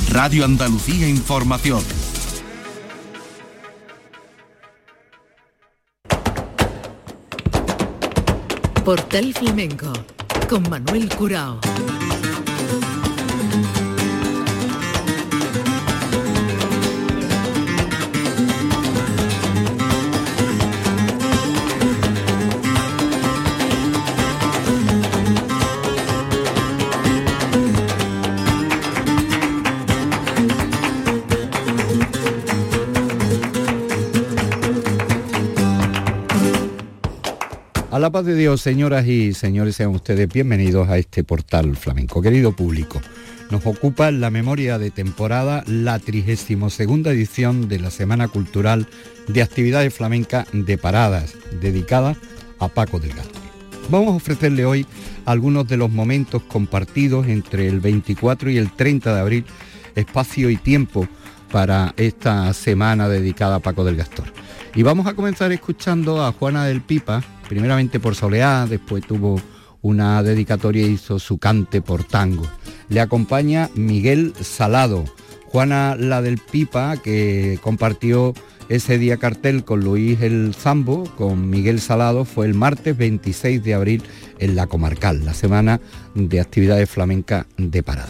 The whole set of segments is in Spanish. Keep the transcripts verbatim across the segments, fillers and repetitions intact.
Radio Andalucía Información. Portal Flamenco con Manuel Curao. A la paz de Dios, señoras y señores, sean ustedes bienvenidos a este Portal Flamenco. Querido público, nos ocupa en la memoria de temporada la trigésima segunda edición de la Semana Cultural de Actividades Flamencas de Paradas, dedicada a Paco del Gastor. Vamos a ofrecerle hoy algunos de los momentos compartidos entre el veinticuatro y el treinta de abril, espacio y tiempo para esta semana dedicada a Paco del Gastor. Y vamos a comenzar escuchando a Juana del Pipa, primeramente por Soleá, después tuvo una dedicatoria e hizo su cante por tango. Le acompaña Miguel Salado, Juana la del Pipa, que compartió ese día cartel con Luis el Zambo, con Miguel Salado, fue el martes veintiséis de abril en la Comarcal, la semana de actividades flamencas de Parada.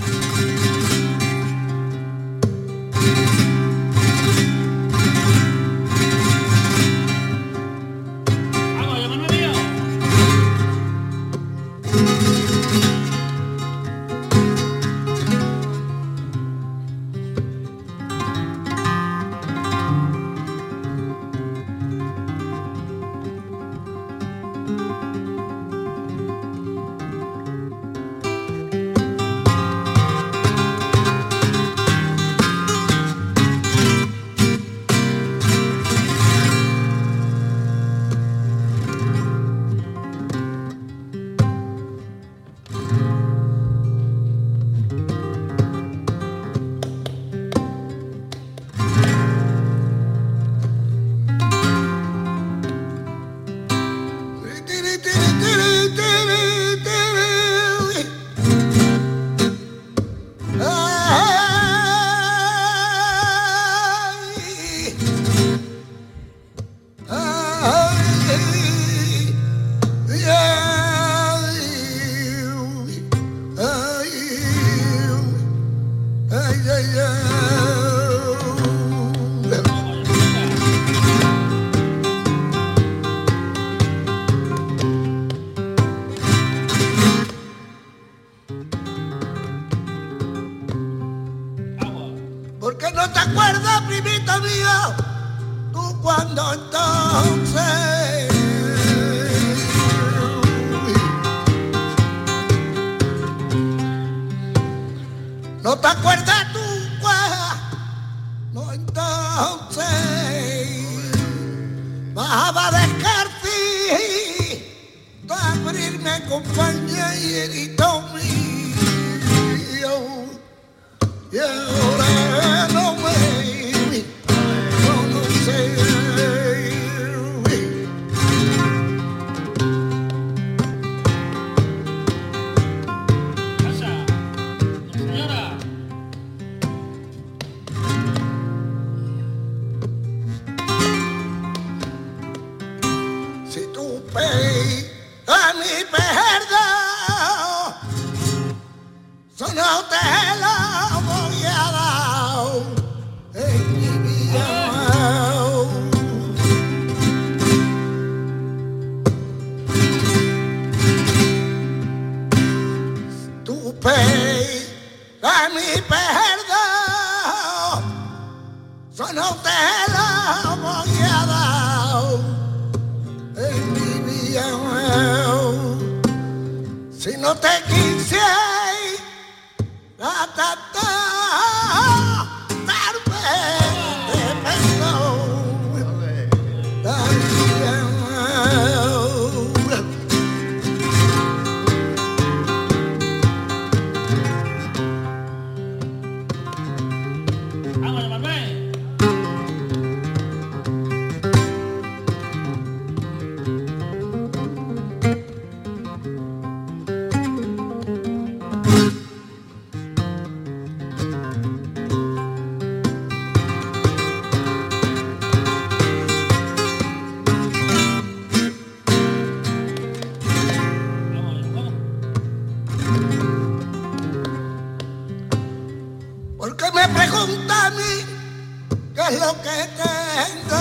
Porque me pregunta a mí qué es lo que tengo.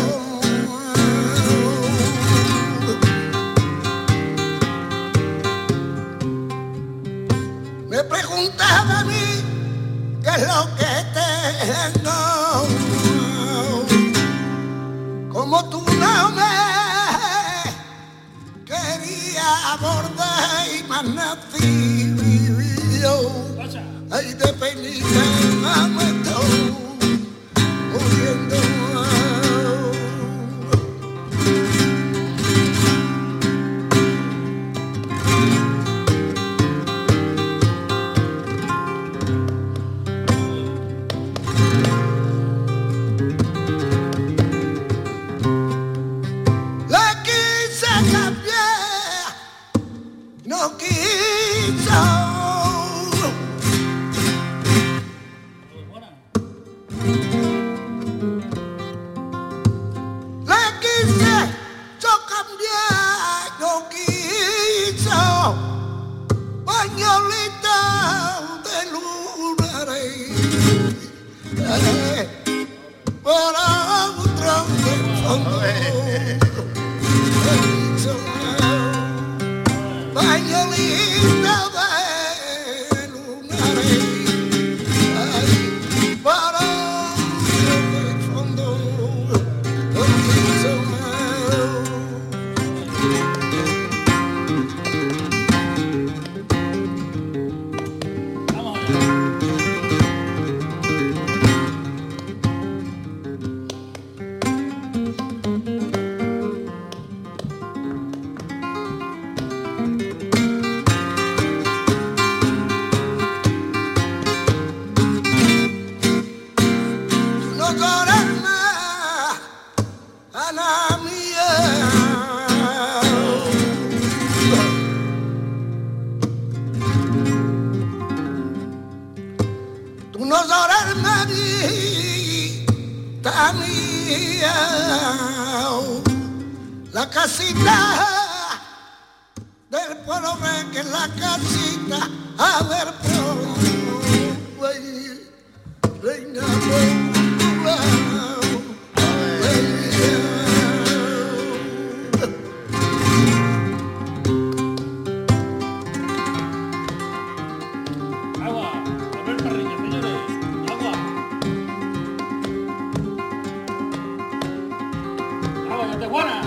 Me preguntaba a mí qué es lo que tengo. Como tú no me querías abordar y más nací yo. Ay, de penita me estoy muriendo. La quise cambiar, no quiso. La casita del pueblo ve que la casita a ver por reina agua, a ver parrilla, señores, agua. Agua, ya te guana.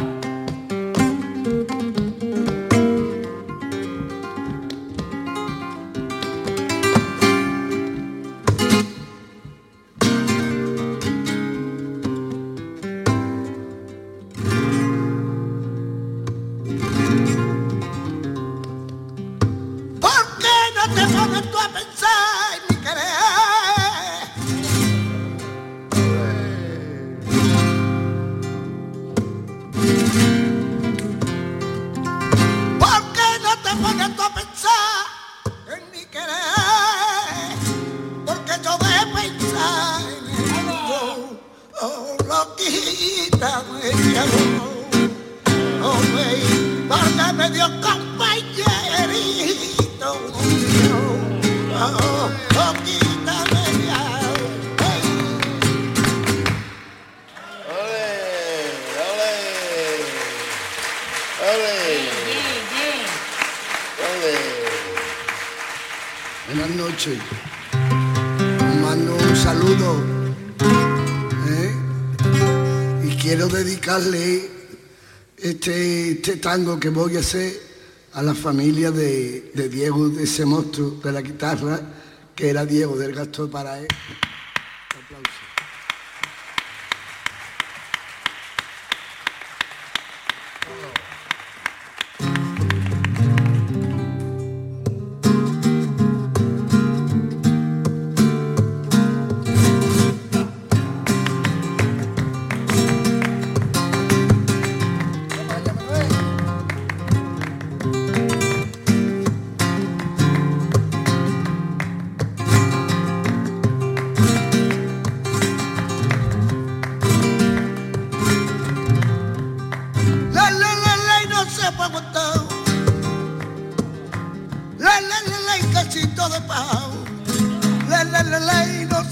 Buenas noches. Mando un saludo, ¿eh? Y quiero dedicarle este, este tango que voy a hacer a la familia de, de Diego, de ese monstruo de la guitarra, que era Diego del Gasto de Paraé. Un aplauso.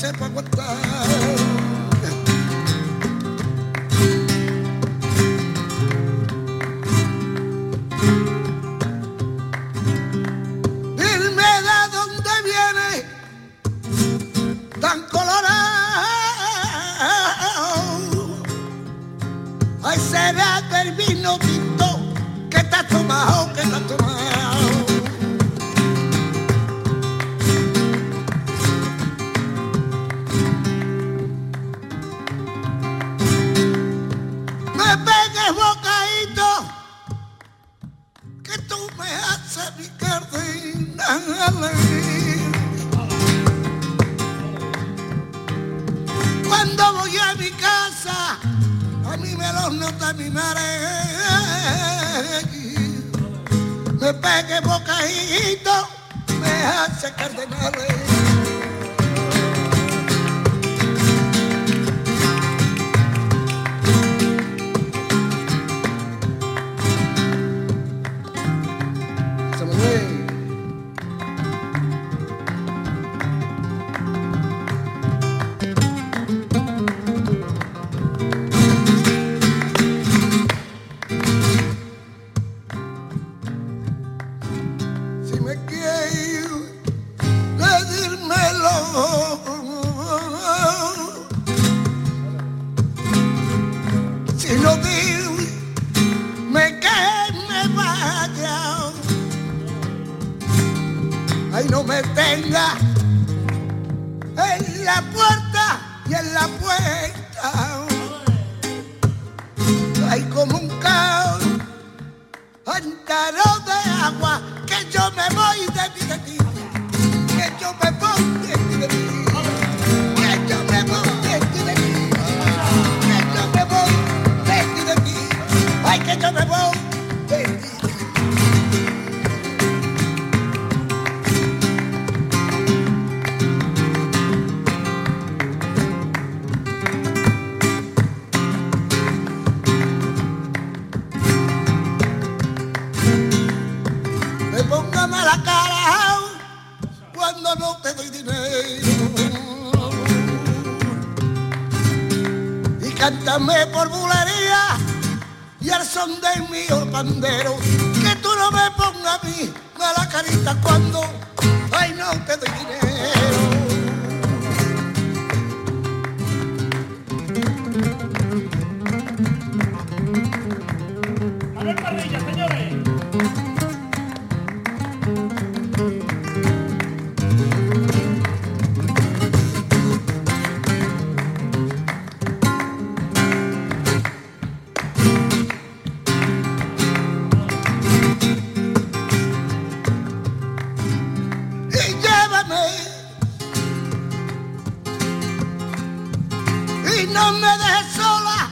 sepa aguantar. Dime de dónde viene tan colorado. Ay, será del vino tinto que te has tomado, que te has tomado. Me pegues bocadito, que tú me haces mi cardinal. Cuando voy a mi casa, a mí me los nota mi madre. Me pegue bocadito, me hace cardenales. En la puerta y en la puerta hay como un caos, cántaro de agua, que yo me voy de ti, de ti, que yo me voy de ti, de ti, que yo me voy de ti, de ti, que yo me voy de ti, de ti, ay, que yo me voy de ti. La cara cuando no te doy dinero y cántame por bulería y al son de mi pandero, que tú no me pongas a mí mala carita cuando ay no te doy dinero. A ver parrilla, señores. No me dejes sola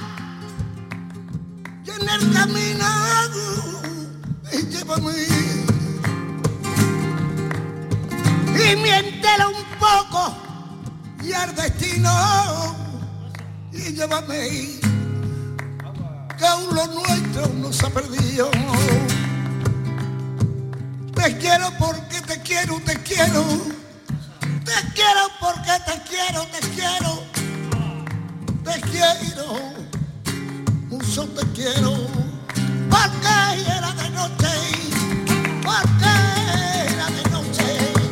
y en el camino y llévame y miéntelo un poco y al destino y llévame que aún lo nuestro no se ha perdido. Te quiero porque te quiero, te quiero, te quiero porque te quiero, te quiero. Te quiero, mucho te quiero, porque era de noche, porque era de noche.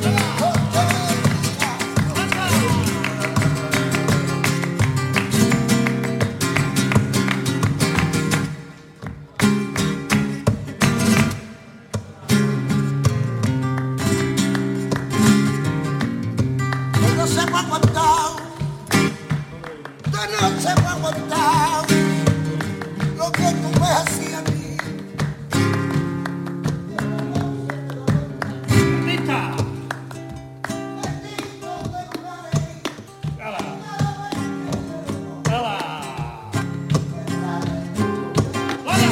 No se puede aguantar. No se va a aguantar lo que tú me hacías a mí. ¡Lista! ¡Cala! ¡Cala! ¡Cala!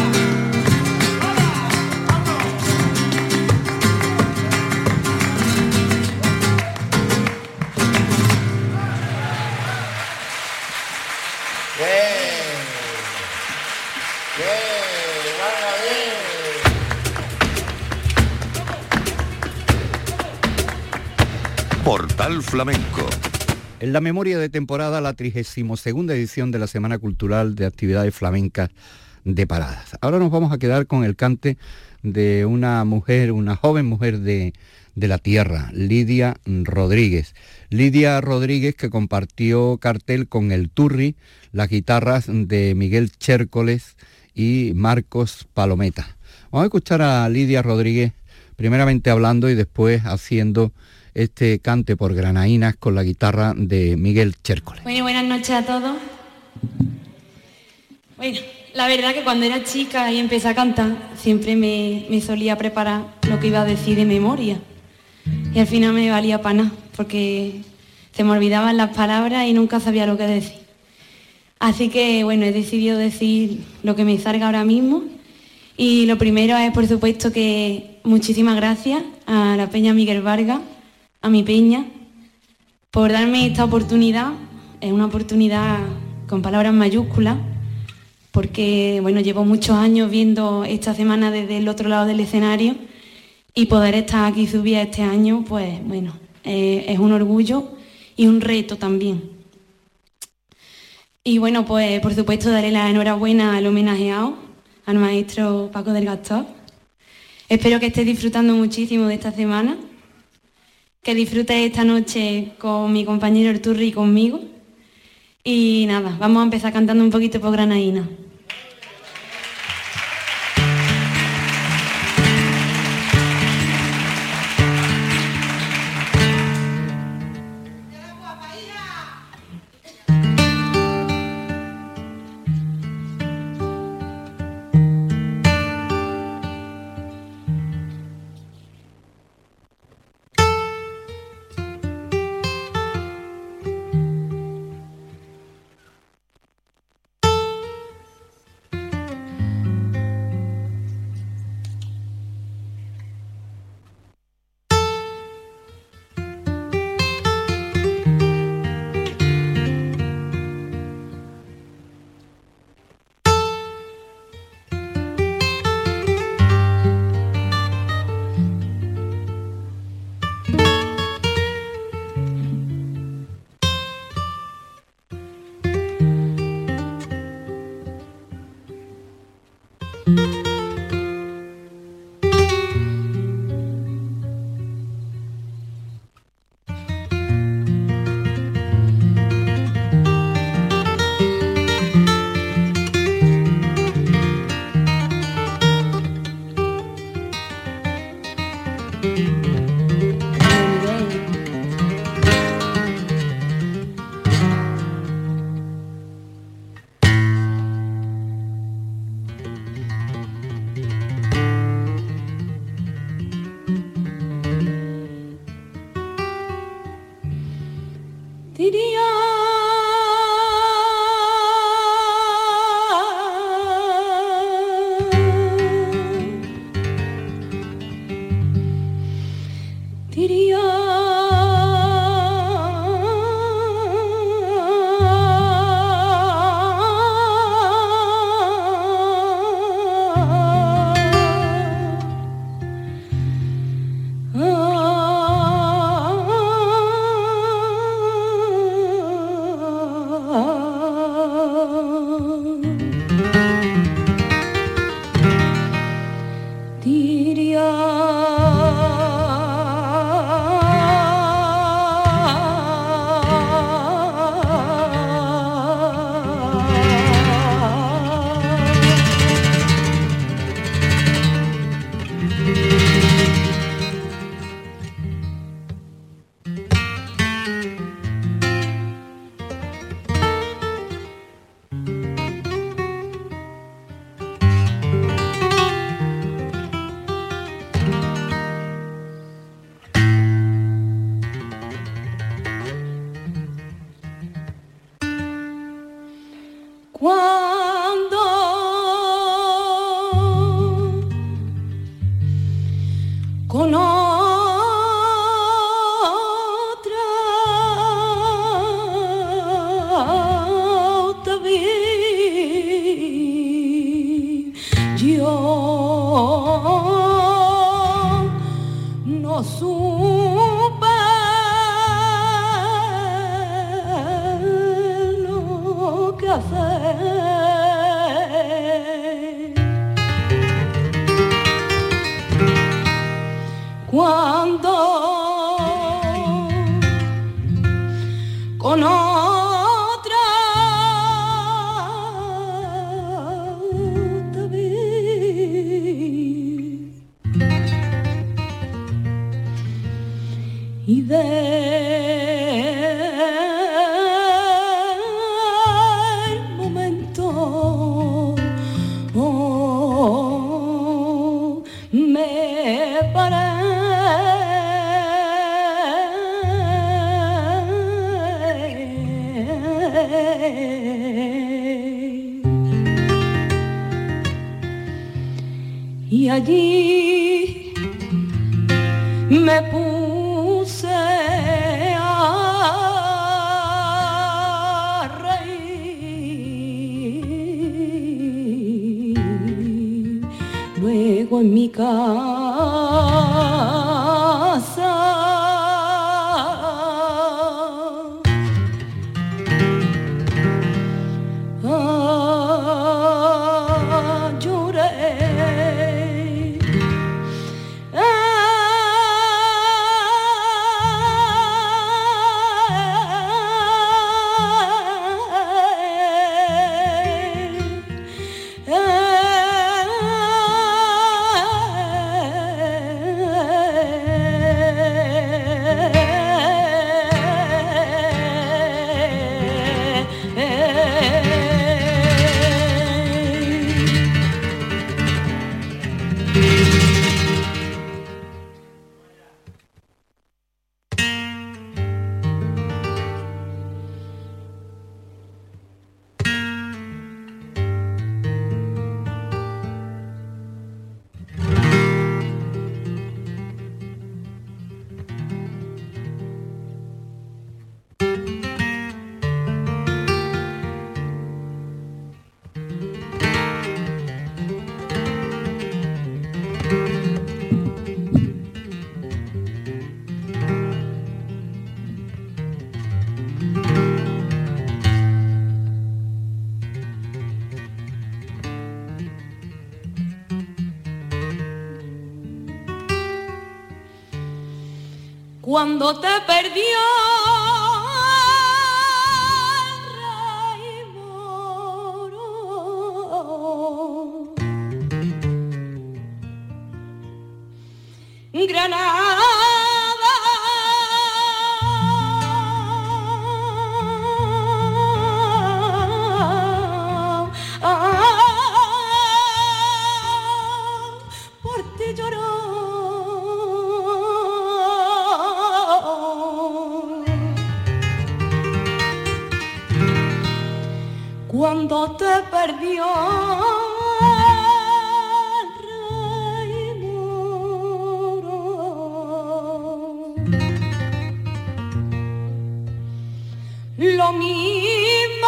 Portal Flamenco. En la memoria de temporada, la trigésima segunda edición de la Semana Cultural de Actividades Flamencas de Paradas. Ahora nos vamos a quedar con el cante de una mujer, una joven mujer de, de la tierra, Lidia Rodríguez. Lidia Rodríguez, que compartió cartel con el Turri, las guitarras de Miguel Chércoles y Marcos Palometa. Vamos a escuchar a Lidia Rodríguez, primeramente hablando y después haciendo este cante por granaínas con la guitarra de Miguel Chércoles. Bueno, buenas noches a todos. Bueno, la verdad que cuando era chica y empecé a cantar, siempre me, me solía preparar lo que iba a decir de memoria. Y al final me valía para nada, porque se me olvidaban las palabras y nunca sabía lo que decir. Así que, bueno, he decidido decir lo que me salga ahora mismo. Y lo primero es, por supuesto, que muchísimas gracias a la Peña Miguel Vargas, a mi peña, por darme esta oportunidad. Es una oportunidad con palabras mayúsculas, porque bueno, llevo muchos años viendo esta semana desde el otro lado del escenario y poder estar aquí subida este año, pues bueno, eh, es un orgullo y un reto también. Y bueno, pues por supuesto daré la enhorabuena al homenajeado, al maestro Paco del Gastor. Espero que estés disfrutando muchísimo de esta semana, que disfrutes esta noche con mi compañero el Turri y conmigo. Y nada, vamos a empezar cantando un poquito por granaína. No supe hacer cuando con otra te vi y de y allí me puse a reír. Luego en mi casa cuando te perdió Rey Moro, Granada por ti lloró. Cuando te perdió Rey Moro, lo mismo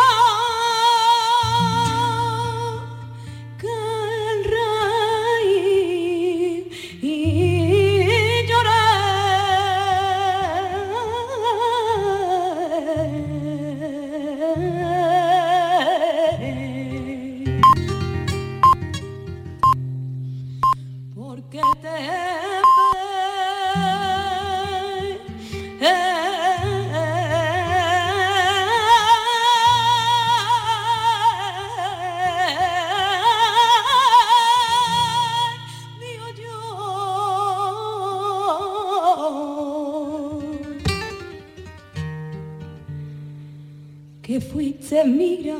que el rey y lloré. Porque te digo yo que fuiste mira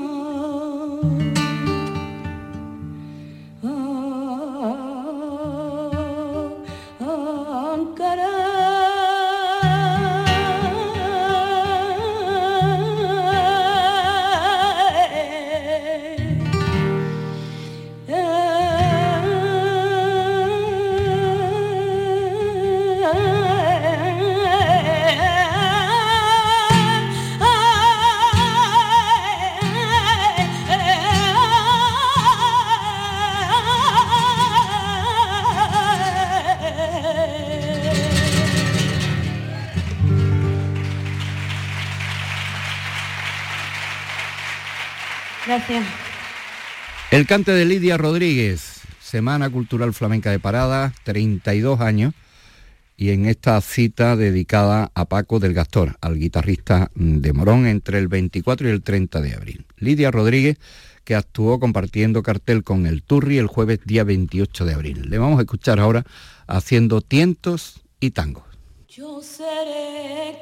Gracias. El cante de Lidia Rodríguez, Semana Cultural Flamenca de Parada, treinta y dos años, y en esta cita dedicada a Paco del Gastor, al guitarrista de Morón, entre el veinticuatro y el treinta de abril. Lidia Rodríguez, que actuó compartiendo cartel con el Turri el jueves día veintiocho de abril. Le vamos a escuchar ahora haciendo tientos y tangos. Yo seré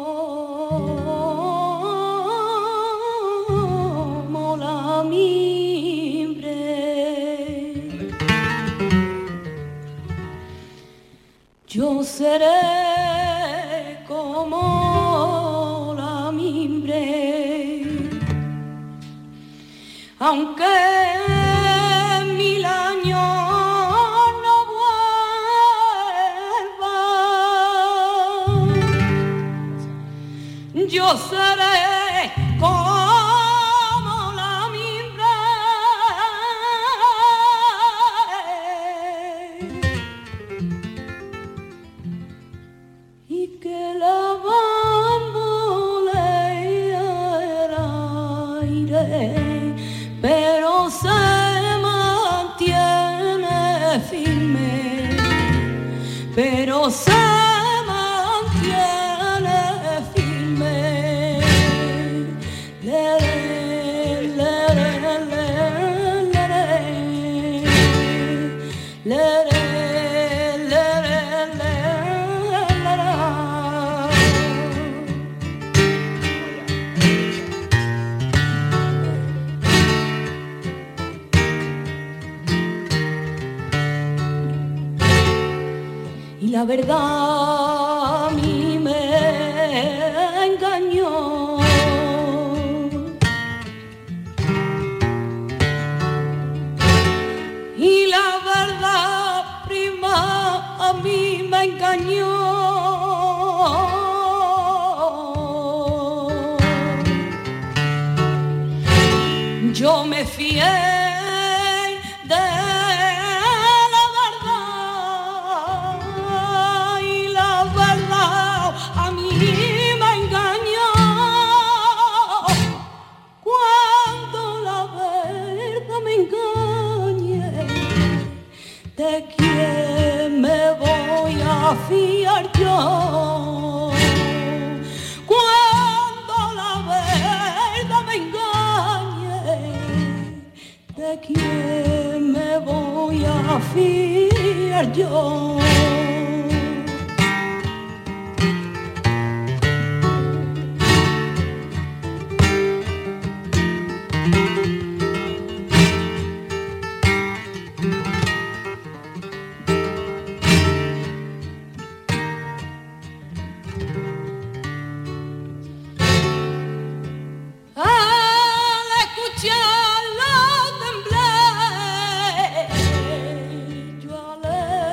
como la mimbre, yo seré como la mimbre, aunque mil años no vuelvan, yo seré como la mimbre, y que la bambolea el aire, pero se mantiene firme, pero se mantiene firme. Le, le, le, le, le, le, le, le, le, y la verdad a mí me engañó, y la verdad prima a mí me engañó. Yo me fié de la verdad, y la verdad a mí me engañó. Cuando la verdad me engañe, ¿de quién me voy a fiar yo? Cuando la verdad me engañe, ¿de quién me voy a fiar yo? Al escucharlo temblé, yo al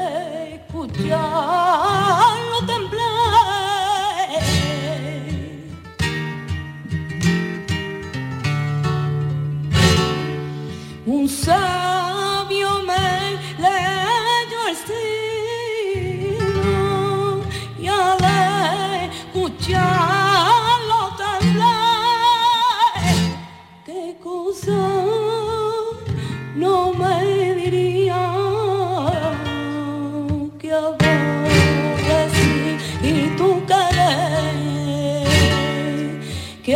escucharlo temblé, un sabio me leyó el signo, y al escucharlo temblé. ¿Qué cosa no me diría que aborrecí y tú querés, que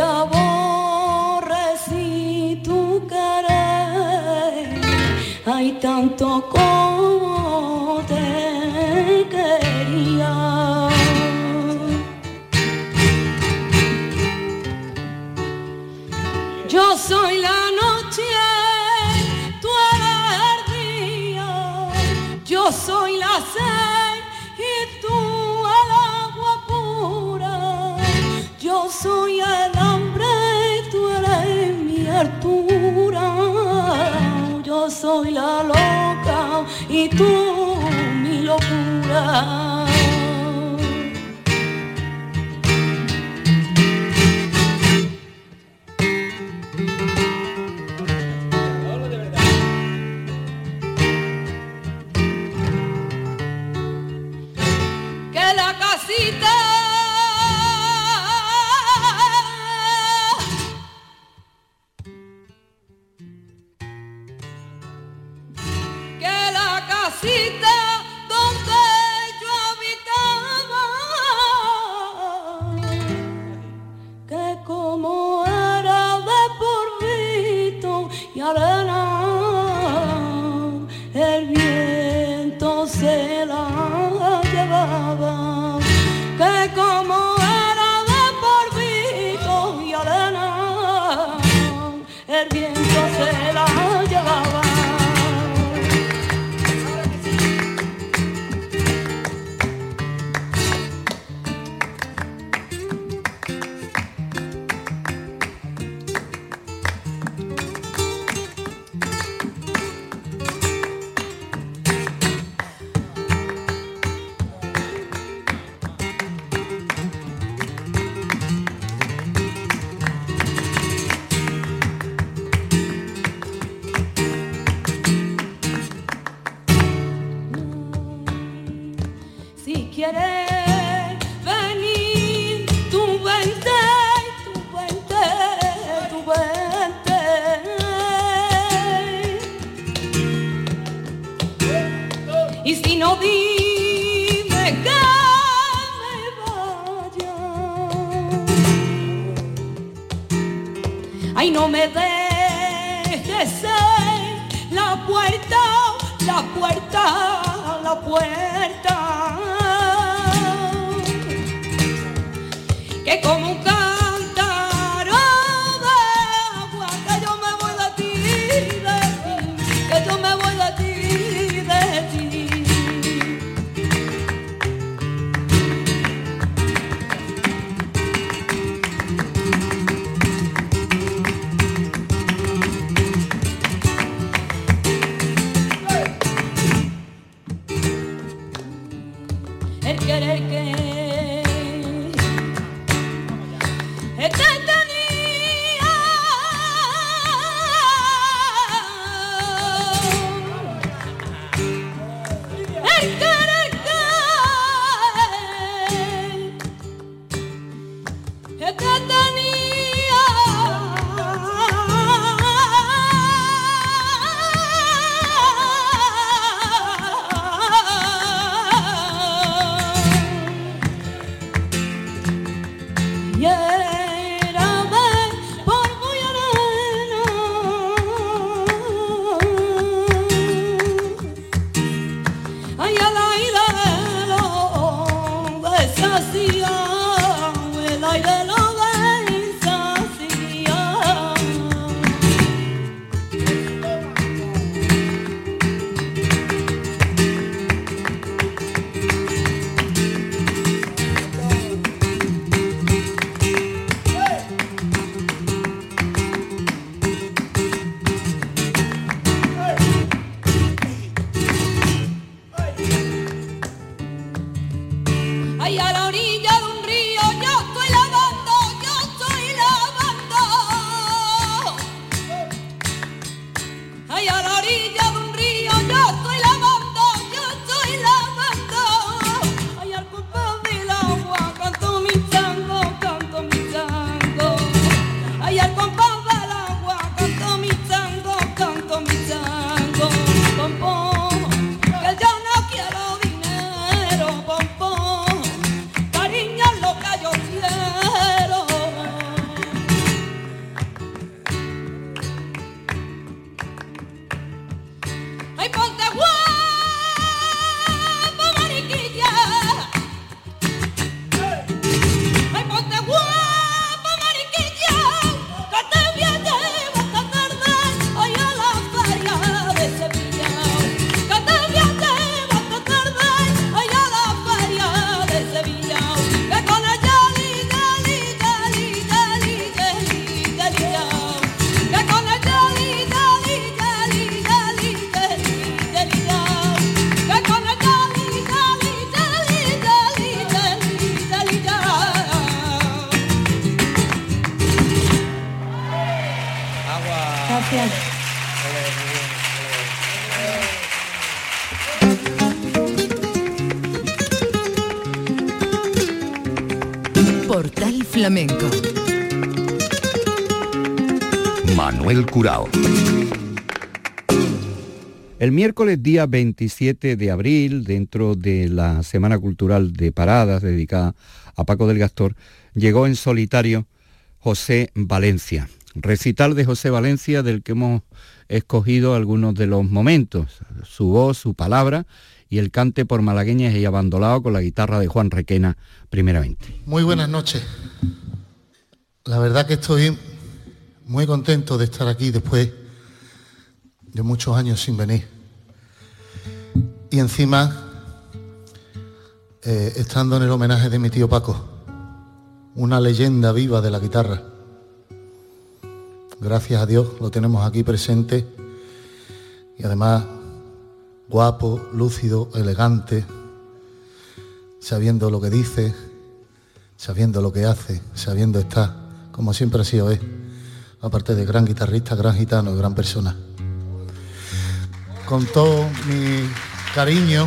aborrecí tú querés, hay tanto como te quería. Yo soy la noche, tú eres el día, yo soy la sed y tú el agua pura, yo soy el hambre y tú eres mi altura, yo soy la loca y tú mi locura. Que la casita casita donde yo habitaba, que como era de polvito y arena, el viento se la llevaba, que como era de polvito y arena, el viento se la llevaba. Si quieres venir, tú vente, tú vente, tú vente. Y si no, dime que me vaya. Ay, no me dejes la puerta, la puerta, la puerta. Que como un cántaro de agua, que yo me voy de ti, de ti, que yo me voy de ti, de ti. El querer que te tenía, el querer que te tenía, y era de polvo y arena, ay, al aire lo deshacía, el aire lo deshacía. Ay, a la orilla de un río yo estoy lavando, yo estoy lavando. Ay, a la orilla de un río yo estoy lavando, yo estoy lavando. Ay, al compás del agua canto mi tango, canto mi tango. Ay, al compás del agua canto mi tango, canto mi tango. Pom, pom, que yo no quiero dinero, pom, pom. Cariño es lo que yo quiero. Ay, ponte guapo, mariquilla. Ay, ponte guapo, mariquilla, que te voy a llevar esta tarde, ay, a la feria de Sevilla. Que te voy a llevar esta tarde, ay, a la feria de Sevilla. Que con ella liga, liga, liga, liga, liga, liga. Que con ella liga, liga, liga, liga, liga, liga. Que con ella liga, liga, liga, liga, liga, liga. Gracias. Portal Flamenco. Manuel Curao. El miércoles día veintisiete de abril, dentro de la Semana Cultural de Paradas dedicada a Paco del Gastor, llegó en solitario José Valencia. Recital de José Valencia del que hemos escogido algunos de los momentos, su voz, su palabra y el cante por malagueñas y abandolado con la guitarra de Juan Requena primeramente. Muy buenas noches. La verdad que estoy muy contento de estar aquí después de muchos años sin venir. Y encima, eh, estando en el homenaje de mi tío Paco, una leyenda viva de la guitarra. Gracias a Dios lo tenemos aquí presente y además guapo, lúcido, elegante, sabiendo lo que dice, sabiendo lo que hace, sabiendo estar, como siempre ha sido él, aparte de gran guitarrista, gran gitano, gran persona. Con todo mi cariño,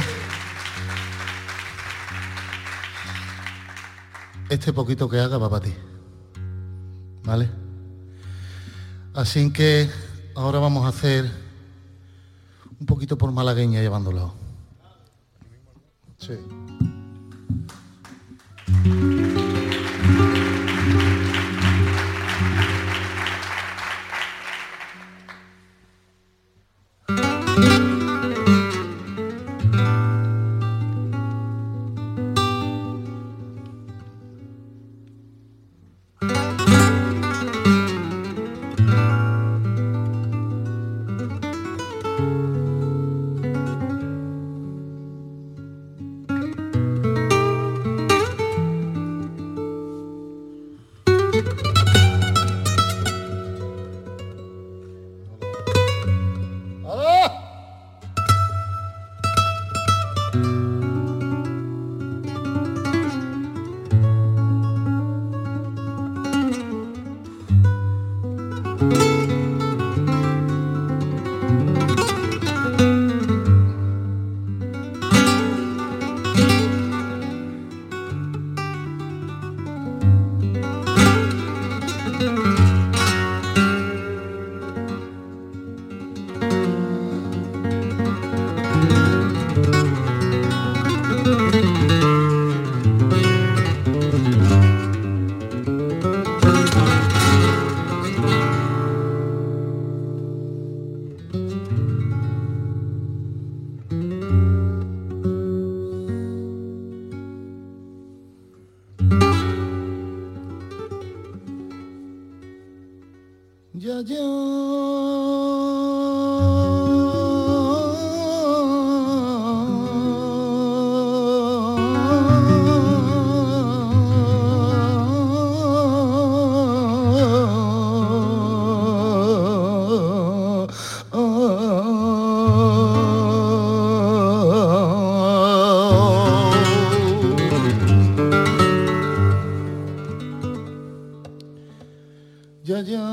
este poquito que haga va para ti, ¿vale? Así que ahora vamos a hacer un poquito por malagueña llevándolo. Sí. Ya, ya. Ya, ya.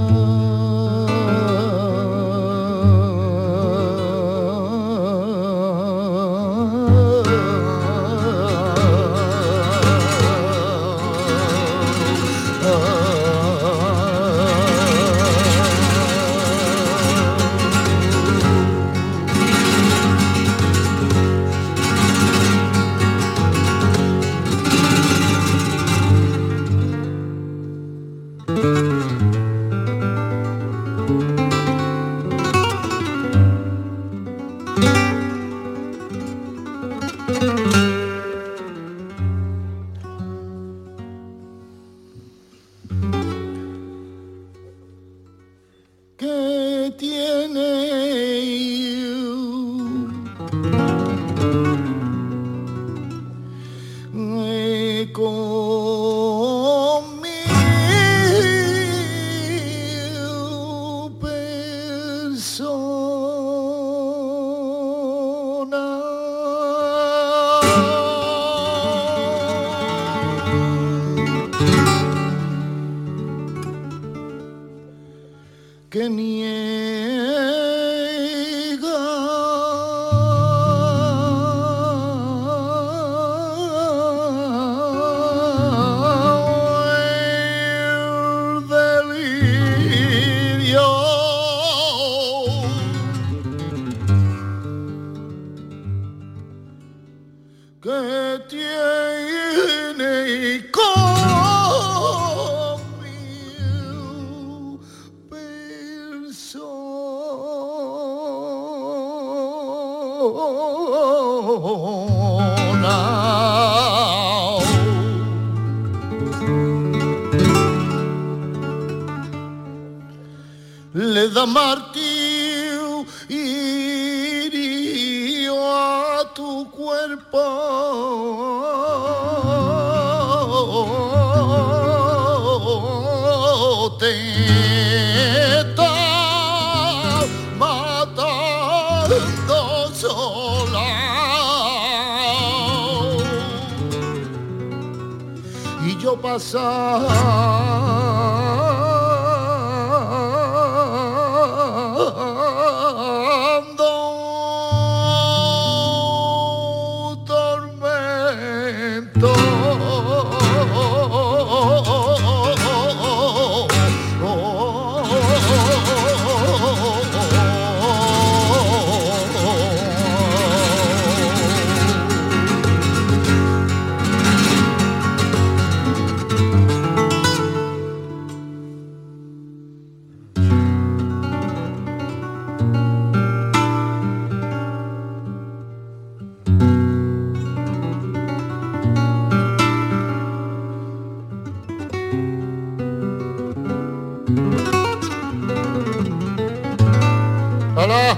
¿Qué tiene conmigo persona? Que niega el delirio Le da martillo y a tu cuerpo te está matando sola y yo pasando tormento. Hola.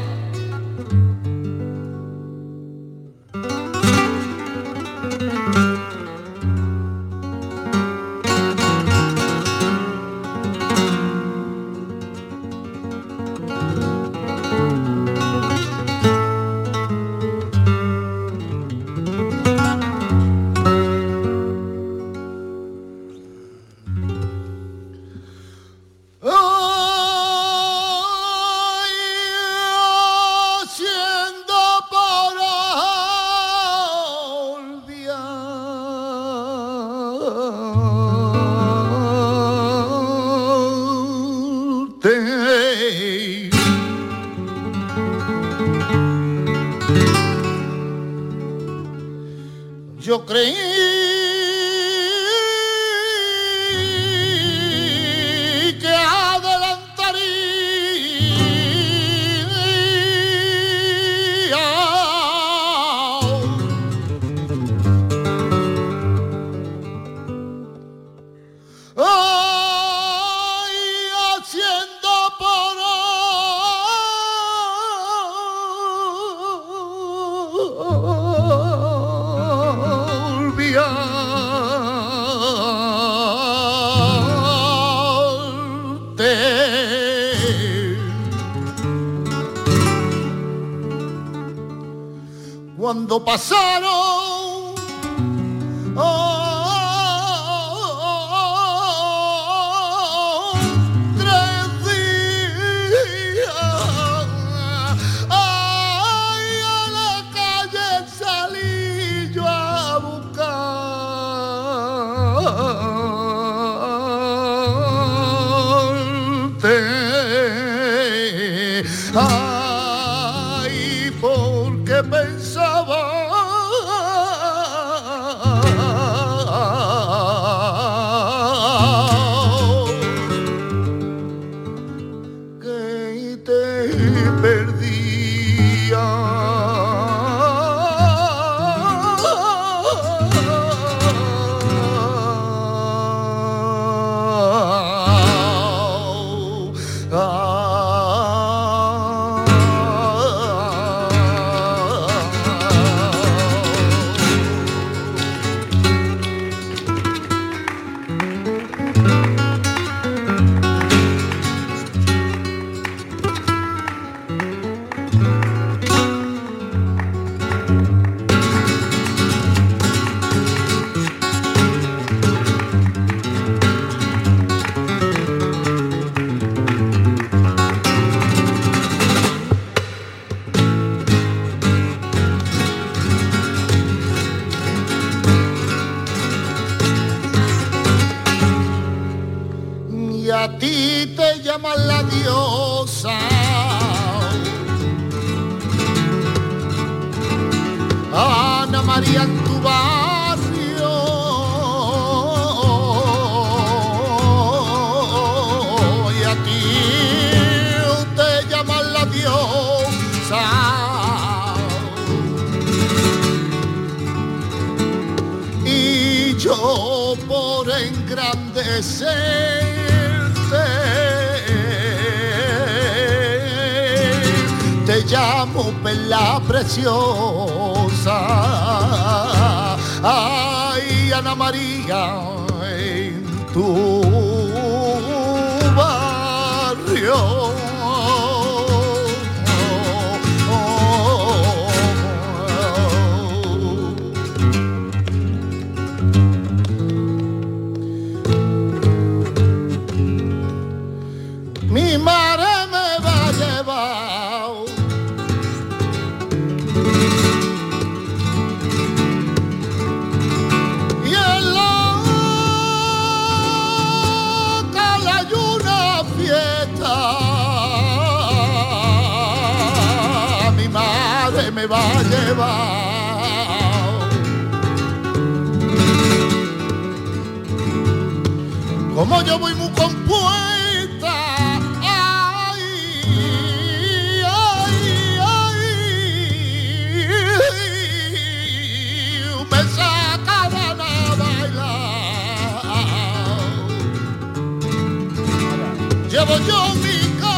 Yo creí que adelantaría ay, haciendo por cuando pasaron oh, tres días, ay, a la calle salí yo a buscarte, ay, porque pensaba que te perdía. Y a ti te llaman la diosa, Ana María en tu barrio, y a ti te llaman la diosa, presente. Te llamo perla preciosa, ay Ana María, en tu barrio. Mi madre me va a llevar y en la calle hay una fiesta. Mi madre me va a llevar. Como yo voy muy compuesta, llevo yo mi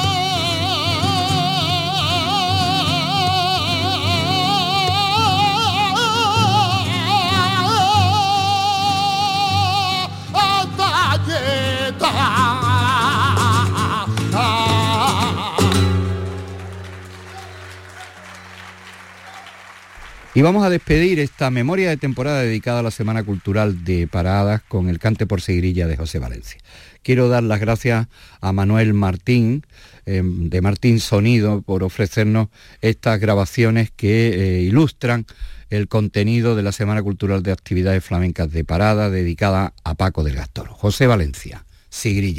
Y vamos a despedir esta memoria de temporada dedicada a la Semana Cultural de Paradas con el cante por seguirilla de José Valencia. Quiero dar las gracias a Manuel Martín, eh, de Martín Sonido, por ofrecernos estas grabaciones que eh, ilustran el contenido de la Semana Cultural de Actividades Flamencas de Parada, dedicada a Paco del Gastor. José Valencia, Sigrilla.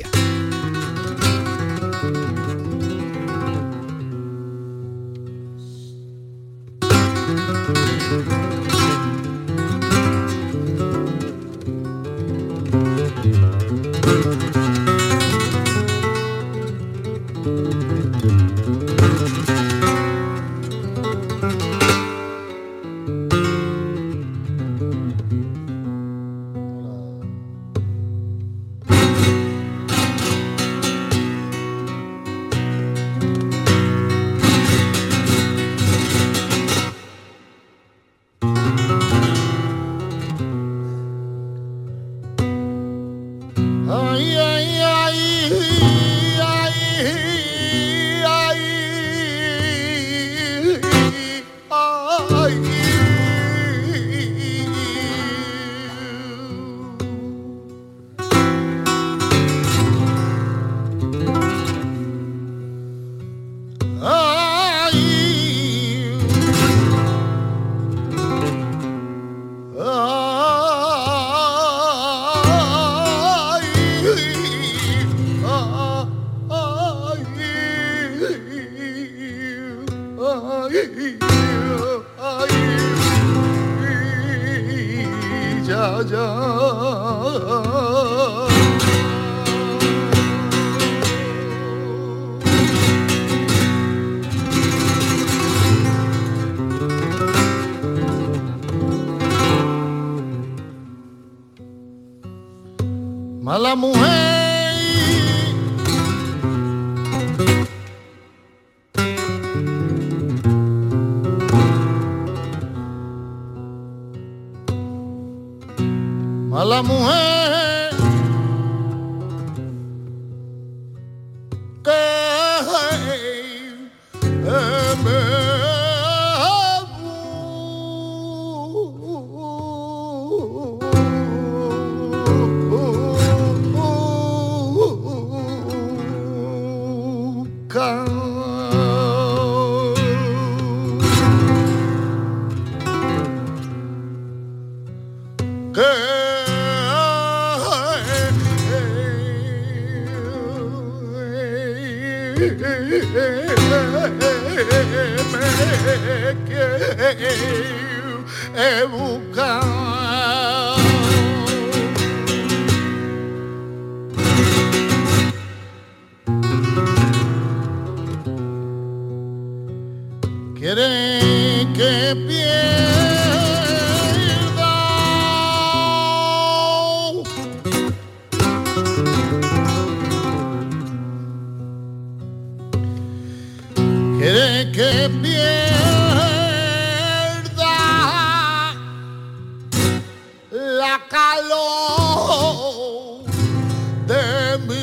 Mala mujer. Mala mujer que me he buscado. Quiere que pierda quiere que pierda la calor de mi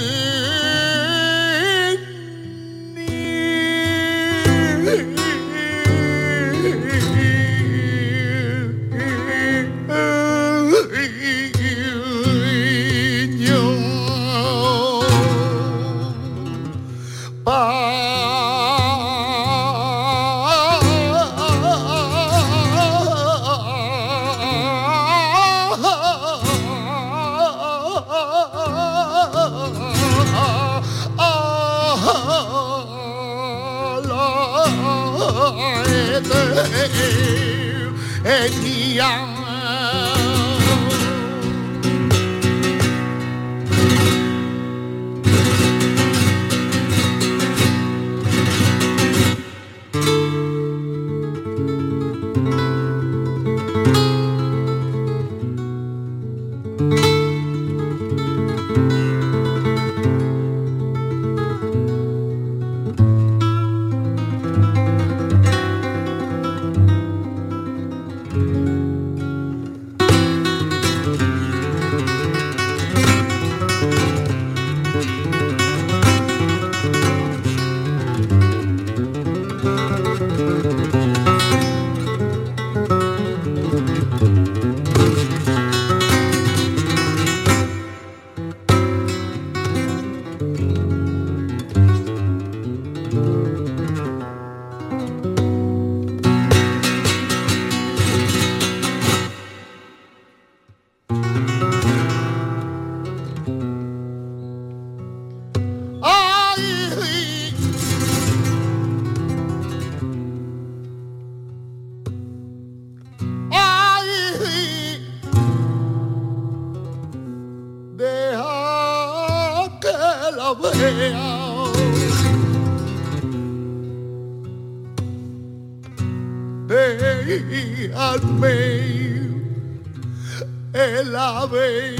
el ave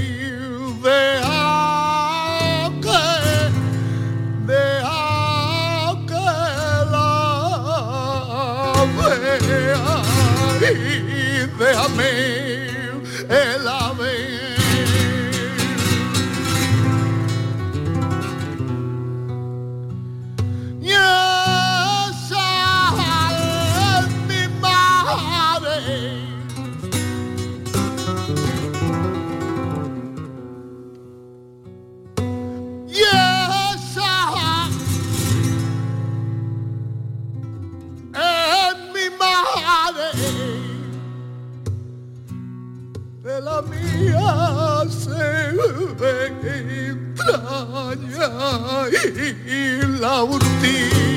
deja que deja que la vea y déjame el ave y esa es mi madre. De la mía se ve entraña y la urtí.